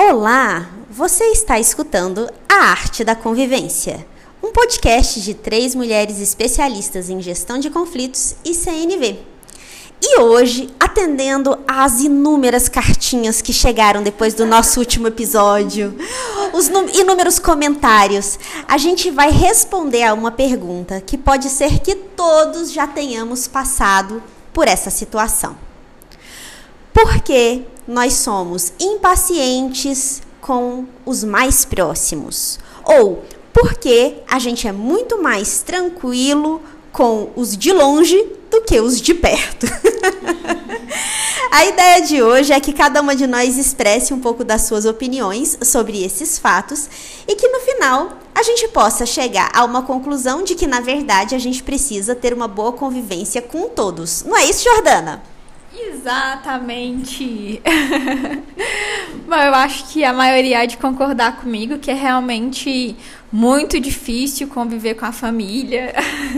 Olá, você está escutando A Arte da Convivência, um podcast de 3 mulheres especialistas em gestão de conflitos e CNV. E hoje, atendendo às inúmeras cartinhas que chegaram depois do nosso último episódio, os inúmeros comentários, a gente vai responder a uma pergunta que pode ser que todos já tenhamos passado por essa situação. Por que nós somos impacientes com os mais próximos? Ou por que a gente é muito mais tranquilo com os de longe do que os de perto? A ideia de hoje é que cada uma de nós expresse um pouco das suas opiniões sobre esses fatos e que no final a gente possa chegar a uma conclusão de que, na verdade, a gente precisa ter uma boa convivência com todos. Não é isso, Jordana? Exatamente. Bom, eu acho que a maioria há de concordar comigo que é realmente muito difícil conviver com a família.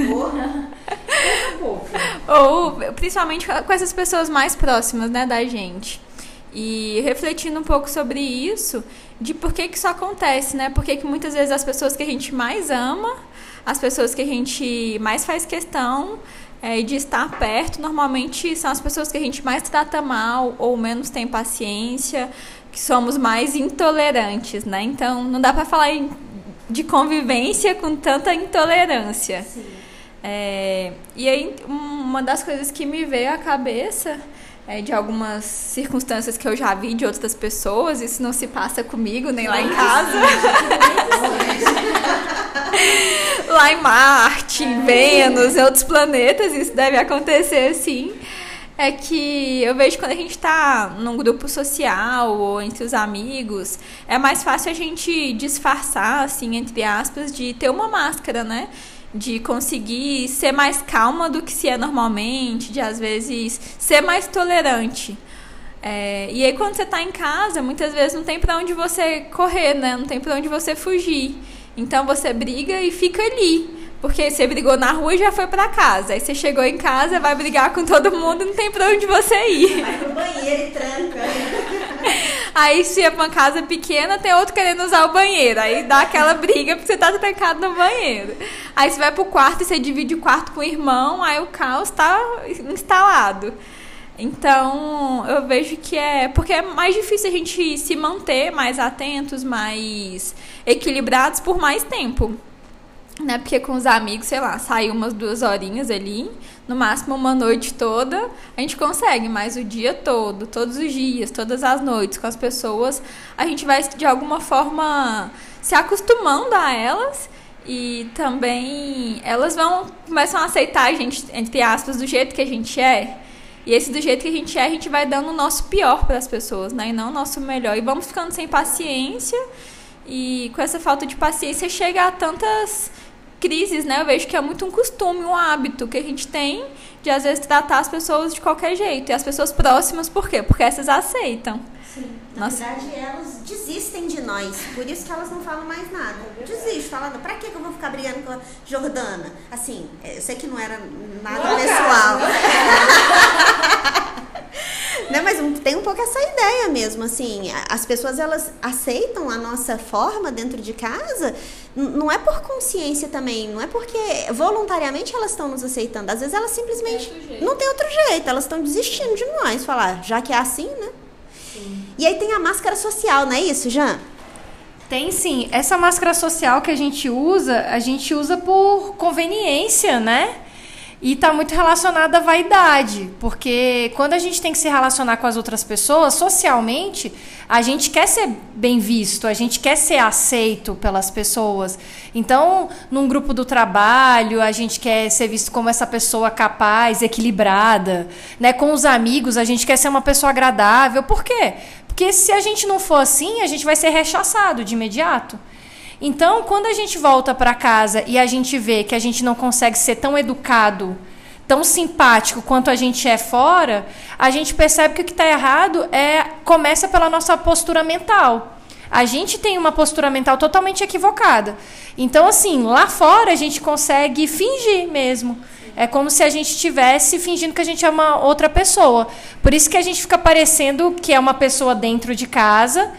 Ou principalmente com essas pessoas mais próximas, né, da gente. E refletindo um pouco sobre isso, de por que isso acontece, né? Por que muitas vezes as pessoas que a gente mais ama, as pessoas que a gente mais faz questão de estar perto, normalmente são as pessoas que a gente mais trata mal ou menos tem paciência, que somos mais intolerantes, né? Então, não dá para falar de convivência com tanta intolerância. Sim. E aí, uma das coisas que me veio à cabeça de algumas circunstâncias que eu já vi de outras pessoas, isso não se passa comigo, nem lá em casa. Lá em Marte, em Vênus, em outros planetas, isso deve acontecer sim. É que eu vejo quando a gente está num grupo social ou entre os amigos, é mais fácil a gente disfarçar, assim, entre aspas, de ter uma máscara, né? De conseguir ser mais calma do que se é normalmente, de às vezes ser mais tolerante. E aí quando você está em casa, muitas vezes não tem para onde você correr, né? Não tem para onde você fugir. Então você briga e fica ali. Porque você brigou na rua e já foi pra casa. Aí você chegou em casa, vai brigar com todo mundo e não tem pra onde você ir. Vai pro banheiro e tranca. Aí se é uma casa pequena, tem outro querendo usar o banheiro. Aí dá aquela briga porque você tá trancado no banheiro. Aí você vai pro quarto e você divide o quarto com o irmão, aí o caos tá instalado. Então, eu vejo que porque é mais difícil a gente se manter mais atentos, mais equilibrados por mais tempo. Né? Porque com os amigos, sei lá, sai umas 2 horinhas ali, no máximo uma noite toda, a gente consegue, mas o dia todo, todos os dias, todas as noites com as pessoas, a gente vai de alguma forma se acostumando a elas e também elas começam a aceitar a gente, entre aspas, do jeito que a gente é. E esse do jeito que a gente vai dando o nosso pior para as pessoas, né? E não o nosso melhor. E vamos ficando sem paciência. E com essa falta de paciência chega a tantas crises, né? Eu vejo que é muito um costume, um hábito que a gente tem de, às vezes, tratar as pessoas de qualquer jeito. E as pessoas próximas, por quê? Porque essas aceitam. Sim. Na verdade, elas desistem de nós. Por isso que elas não falam mais nada. Desiste, falando, pra que eu vou ficar brigando com a Jordana? Assim, eu sei que não era nada pessoal. Não, mas tem um pouco essa ideia mesmo, assim, as pessoas, elas aceitam a nossa forma dentro de casa, não é por consciência também, não é porque voluntariamente elas estão nos aceitando, às vezes elas simplesmente não tem outro jeito, elas estão desistindo de nós, falar, já que é assim, né? Sim. E aí tem a máscara social, não é isso, Jan? Tem sim, essa máscara social que a gente usa por conveniência, né? E está muito relacionada à vaidade, porque quando a gente tem que se relacionar com as outras pessoas, socialmente, a gente quer ser bem visto, a gente quer ser aceito pelas pessoas. Então, num grupo do trabalho, a gente quer ser visto como essa pessoa capaz, equilibrada, né? Com os amigos, a gente quer ser uma pessoa agradável. Por quê? Porque se a gente não for assim, a gente vai ser rechaçado de imediato. Então, quando a gente volta para casa e a gente vê que a gente não consegue ser tão educado, tão simpático quanto a gente é fora, a gente percebe que o que está errado começa pela nossa postura mental. A gente tem uma postura mental totalmente equivocada. Então, assim, lá fora a gente consegue fingir mesmo. É como se a gente estivesse fingindo que a gente é uma outra pessoa. Por isso que a gente fica parecendo que é uma pessoa dentro de casa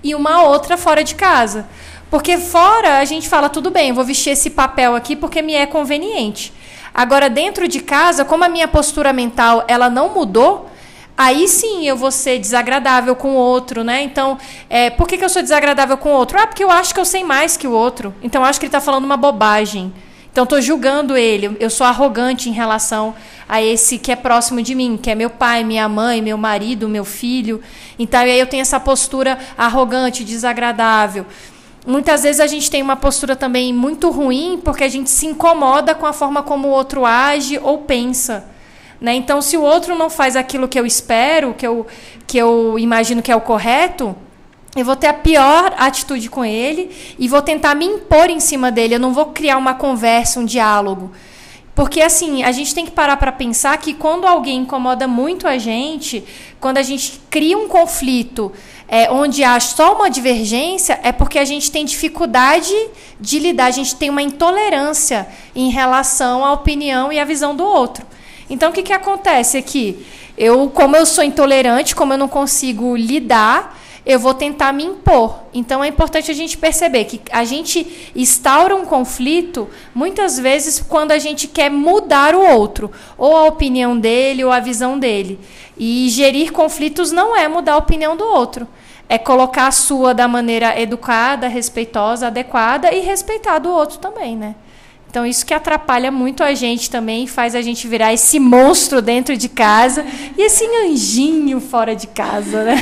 e uma outra fora de casa. Porque fora a gente fala, tudo bem, eu vou vestir esse papel aqui porque me é conveniente. Agora, dentro de casa, como a minha postura mental ela não mudou, aí sim eu vou ser desagradável com o outro, né? Então, por que eu sou desagradável com o outro? Porque eu acho que eu sei mais que o outro. Então, eu acho que ele está falando uma bobagem. Então, estou julgando ele. Eu sou arrogante em relação a esse que é próximo de mim, que é meu pai, minha mãe, meu marido, meu filho. Então, aí eu tenho essa postura arrogante, desagradável. Muitas vezes a gente tem uma postura também muito ruim porque a gente se incomoda com a forma como o outro age ou pensa. Né? Então, se o outro não faz aquilo que eu espero, que eu imagino que é o correto, eu vou ter a pior atitude com ele e vou tentar me impor em cima dele. Eu não vou criar uma conversa, um diálogo. Porque, assim, a gente tem que parar para pensar que quando alguém incomoda muito a gente, quando a gente cria um conflito onde há só uma divergência, é porque a gente tem dificuldade de lidar, a gente tem uma intolerância em relação à opinião e à visão do outro. Então, o que acontece aqui? Como eu sou intolerante, como eu não consigo lidar, eu vou tentar me impor. Então, é importante a gente perceber que a gente instaura um conflito, muitas vezes, quando a gente quer mudar o outro, ou a opinião dele, ou a visão dele. E gerir conflitos não é mudar a opinião do outro. É colocar a sua da maneira educada, respeitosa, adequada e respeitar do outro também, né? Então, isso que atrapalha muito a gente também, faz a gente virar esse monstro dentro de casa e esse anjinho fora de casa, né?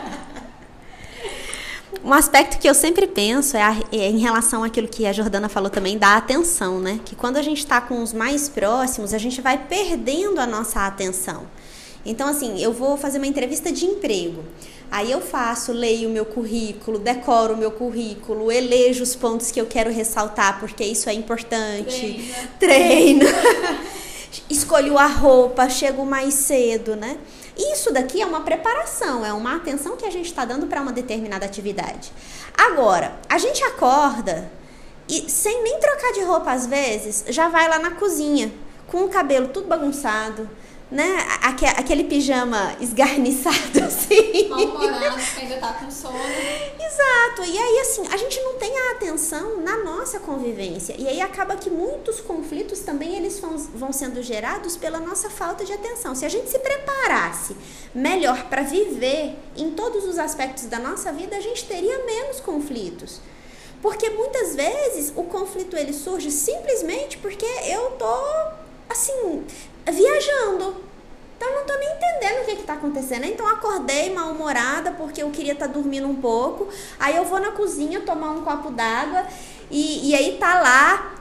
Um aspecto que eu sempre penso é em relação àquilo que a Jordana falou também, da atenção, né? Que quando a gente está com os mais próximos, a gente vai perdendo a nossa atenção. Então, assim, eu vou fazer uma entrevista de emprego. Aí eu leio o meu currículo, decoro o meu currículo, elejo os pontos que eu quero ressaltar, porque isso é importante. Treino. Escolho a roupa, chego mais cedo, né? Isso daqui é uma preparação, é uma atenção que a gente está dando para uma determinada atividade. Agora, a gente acorda e, sem nem trocar de roupa às vezes, já vai lá na cozinha, com o cabelo tudo bagunçado, né? Aquele pijama esgarniçado, assim. Mal-humorado, que ainda tá com sono. Exato. E aí, assim, a gente não tem a atenção na nossa convivência. E aí acaba que muitos conflitos também eles vão sendo gerados pela nossa falta de atenção. Se a gente se preparasse melhor para viver em todos os aspectos da nossa vida, a gente teria menos conflitos. Porque muitas vezes o conflito ele surge simplesmente porque eu tô, assim, viajando. Então, eu não tô nem entendendo o que tá acontecendo. Então, acordei mal-humorada porque eu queria estar dormindo um pouco. Aí, eu vou na cozinha tomar um copo d'água e aí tá lá...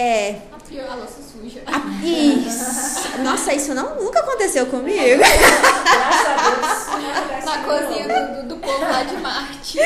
A louça suja. Isso. Nossa, isso nunca aconteceu comigo. Graças a Deus. Na cozinha do povo lá de Marte.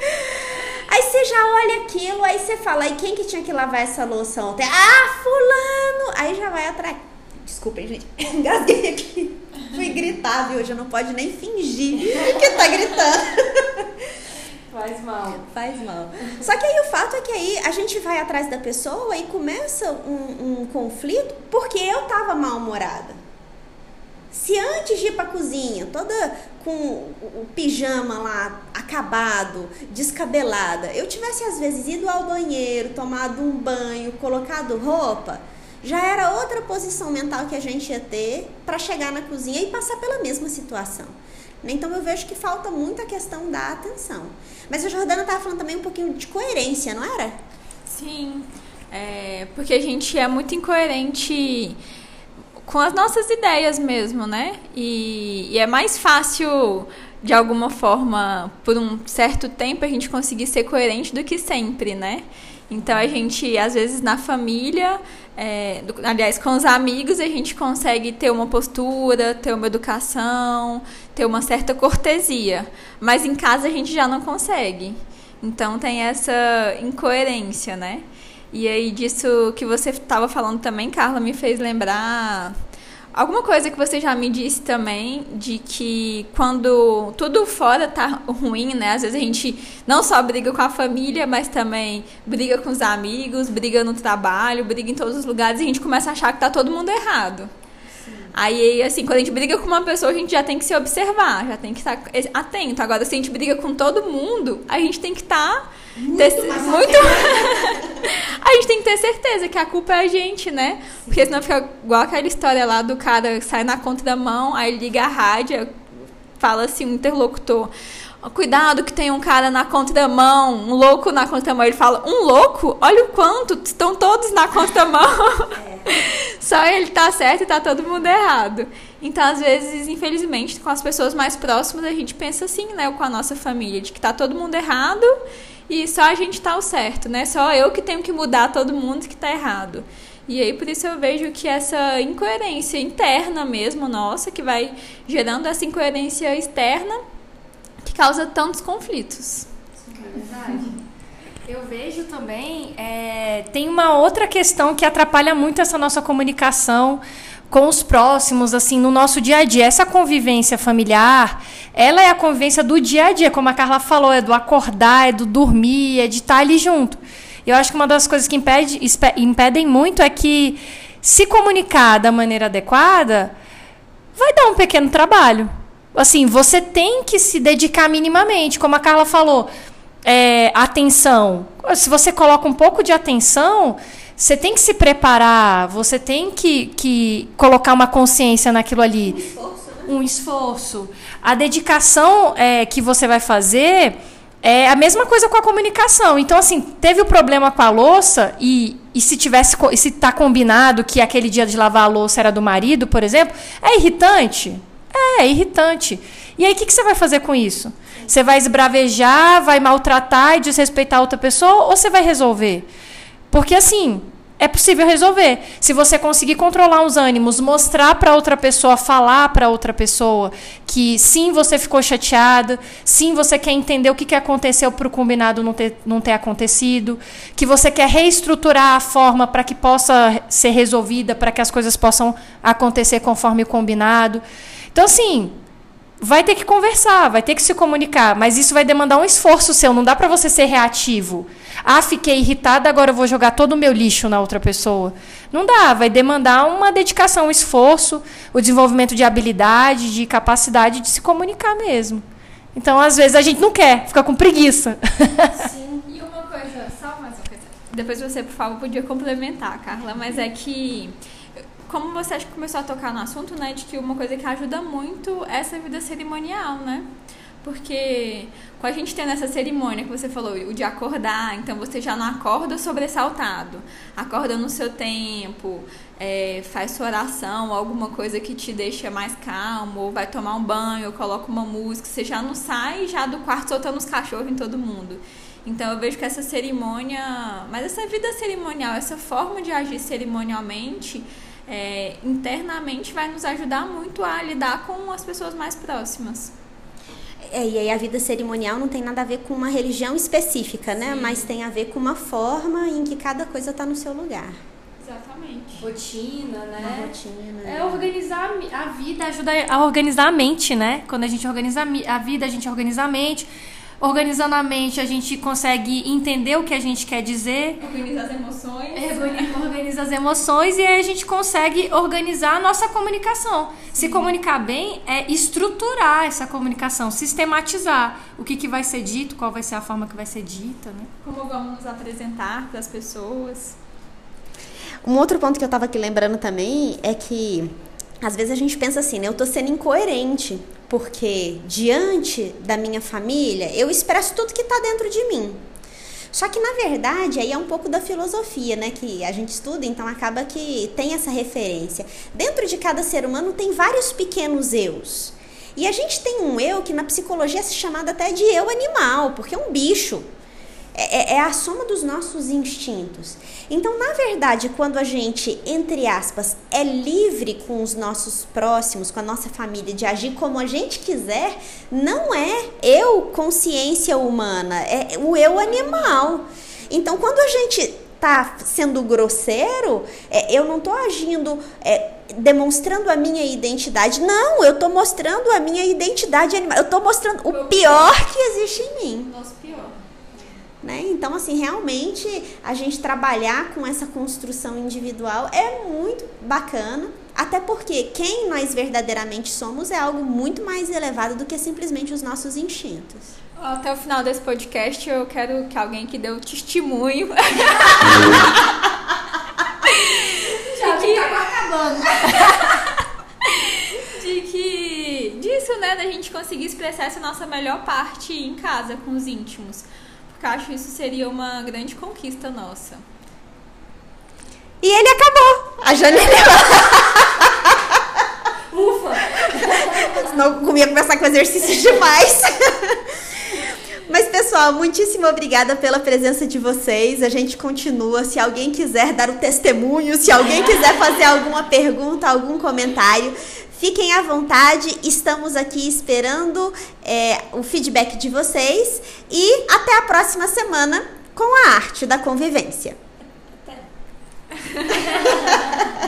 Aí você já olha aquilo, aí você fala, e quem que tinha que lavar essa louça ontem? Ah, fulano! Aí já vai atrás. Desculpem, gente, engasguei aqui. Fui gritar, viu? Já não pode nem fingir que tá gritando. Faz mal. Faz mal. Só que aí o fato é que aí a gente vai atrás da pessoa e começa um conflito porque eu tava mal-humorada. Se antes de ir pra cozinha, toda com o pijama lá, acabado, descabelada, eu tivesse às vezes ido ao banheiro, tomado um banho, colocado roupa, já era outra posição mental que a gente ia ter para chegar na cozinha e passar pela mesma situação. Então eu vejo que falta muito a questão da atenção. Mas a Jordana estava falando também um pouquinho de coerência, não era? Sim, porque a gente é muito incoerente com as nossas ideias mesmo, né? E é mais fácil, de alguma forma, por um certo tempo, a gente conseguir ser coerente do que sempre, né? Então, a gente, às vezes, na família, aliás, com os amigos, a gente consegue ter uma postura, ter uma educação, ter uma certa cortesia. Mas em casa a gente já não consegue. Então, tem essa incoerência, né? E aí, disso que você estava falando também, Carla, me fez lembrar alguma coisa que você já me disse também, de que quando tudo fora tá ruim, né? Às vezes a gente não só briga com a família, mas também briga com os amigos, briga no trabalho, briga em todos os lugares e a gente começa a achar que tá todo mundo errado. Sim. Aí, assim, quando a gente briga com uma pessoa, a gente já tem que se observar, já tem que estar atento. Agora, se a gente briga com todo mundo, a gente tem que estar... A gente tem que ter certeza que a culpa é a gente, né? Sim. Porque senão fica igual aquela história lá do cara sai na contramão, aí liga a rádio, fala assim, um interlocutor... Cuidado que tem um cara na contramão, um louco na contramão. Ele fala, um louco? Olha o quanto, estão todos na contramão. Só ele tá certo e tá todo mundo errado. Então, às vezes, infelizmente, com as pessoas mais próximas, a gente pensa assim, né? Com a nossa família, de que tá todo mundo errado e só a gente tá o certo, né? Só eu que tenho que mudar todo mundo que tá errado. E aí, por isso eu vejo que essa incoerência interna mesmo, nossa, que vai gerando essa incoerência externa, que causa tantos conflitos. É verdade. Eu vejo também, tem uma outra questão que atrapalha muito essa nossa comunicação com os próximos, assim, no nosso dia a dia. Essa convivência familiar, ela é a convivência do dia a dia, como a Carla falou, é do acordar, é do dormir, é de estar ali junto. Eu acho que uma das coisas que impedem muito é que se comunicar da maneira adequada vai dar um pequeno trabalho. Assim, você tem que se dedicar minimamente, como a Carla falou, atenção. Se você coloca um pouco de atenção, você tem que se preparar, você tem que colocar uma consciência naquilo ali. Um esforço, né? Um esforço. A dedicação que você vai fazer é a mesma coisa com a comunicação. Então, assim, teve o problema com a louça e se tá combinado que aquele dia de lavar a louça era do marido, por exemplo, é irritante. É irritante. E aí, o que você vai fazer com isso? Você vai esbravejar, vai maltratar e desrespeitar outra pessoa, ou você vai resolver? Porque, assim, é possível resolver. Se você conseguir controlar os ânimos, mostrar para outra pessoa, falar para outra pessoa que, sim, você ficou chateada, sim, você quer entender o que aconteceu para o combinado não ter acontecido, que você quer reestruturar a forma para que possa ser resolvida, para que as coisas possam acontecer conforme o combinado. Então, assim, vai ter que conversar, vai ter que se comunicar, mas isso vai demandar um esforço seu, não dá para você ser reativo. Ah, fiquei irritada, agora eu vou jogar todo o meu lixo na outra pessoa. Não dá, vai demandar uma dedicação, um esforço, o desenvolvimento de habilidade, de capacidade de se comunicar mesmo. Então, às vezes, a gente não quer, fica com preguiça. Sim, e uma coisa, só mais uma coisa. Depois você, por favor, podia complementar, Carla, mas é que... Como você acha que começou a tocar no assunto, né, de que uma coisa que ajuda muito é essa vida cerimonial, né? Porque com a gente tendo essa cerimônia que você falou, o de acordar, então você já não acorda sobressaltado, acorda no seu tempo, faz sua oração, alguma coisa que te deixa mais calmo, ou vai tomar um banho, ou coloca uma música, você já não sai já do quarto soltando os cachorros em todo mundo. Então eu vejo que essa cerimônia, mas essa vida cerimonial, essa forma de agir cerimonialmente, internamente vai nos ajudar muito a lidar com as pessoas mais próximas. E aí a vida cerimonial não tem nada a ver com uma religião específica, né? Sim. Mas tem a ver com uma forma em que cada coisa está no seu lugar. Exatamente. Rotina, né? Uma rotina. Organizar a vida, ajuda a organizar a mente, né? Quando a gente organiza a vida, a gente organiza a mente. Organizando a mente, a gente consegue entender o que a gente quer dizer. Organizar as emoções. Organiza as emoções e aí a gente consegue organizar a nossa comunicação. Se comunicar bem é estruturar essa comunicação, sistematizar o que vai ser dito, qual vai ser a forma que vai ser dita, né? Como vamos nos apresentar para as pessoas. Um outro ponto que eu estava aqui lembrando também é que às vezes a gente pensa assim, né? Eu tô sendo incoerente, porque diante da minha família, eu expresso tudo que está dentro de mim. Só que, na verdade, aí é um pouco da filosofia, né? Que a gente estuda, então acaba que tem essa referência. Dentro de cada ser humano tem vários pequenos eus. E a gente tem um eu que na psicologia é chamado até de eu animal, porque é um bicho. É a soma dos nossos instintos. Então, na verdade, quando a gente, entre aspas, é livre com os nossos próximos, com a nossa família, de agir como a gente quiser, não é eu, consciência humana, é o eu animal. Então, quando a gente tá sendo grosseiro, eu não tô agindo... demonstrando a minha identidade. Não, eu tô mostrando a minha identidade animal. Eu tô mostrando o pior que existe em mim. Nosso pior. Né? Então, assim, realmente a gente trabalhar com essa construção individual é muito bacana. Até porque quem nós verdadeiramente somos é algo muito mais elevado do que simplesmente os nossos instintos. Até o final desse podcast, eu quero que alguém que deu testemunho disso, né, da gente conseguir expressar essa nossa melhor parte em casa, com os íntimos. Porque eu acho que isso seria uma grande conquista nossa. E ele acabou. A Janine... Ufa! Senão eu ia começar com exercício demais. Mas, pessoal, muitíssimo obrigada pela presença de vocês. A gente continua. Se alguém quiser dar o testemunho, se alguém quiser fazer alguma pergunta, algum comentário, fiquem à vontade. Estamos aqui esperando o feedback de vocês. E até a próxima semana com a arte da convivência. Até.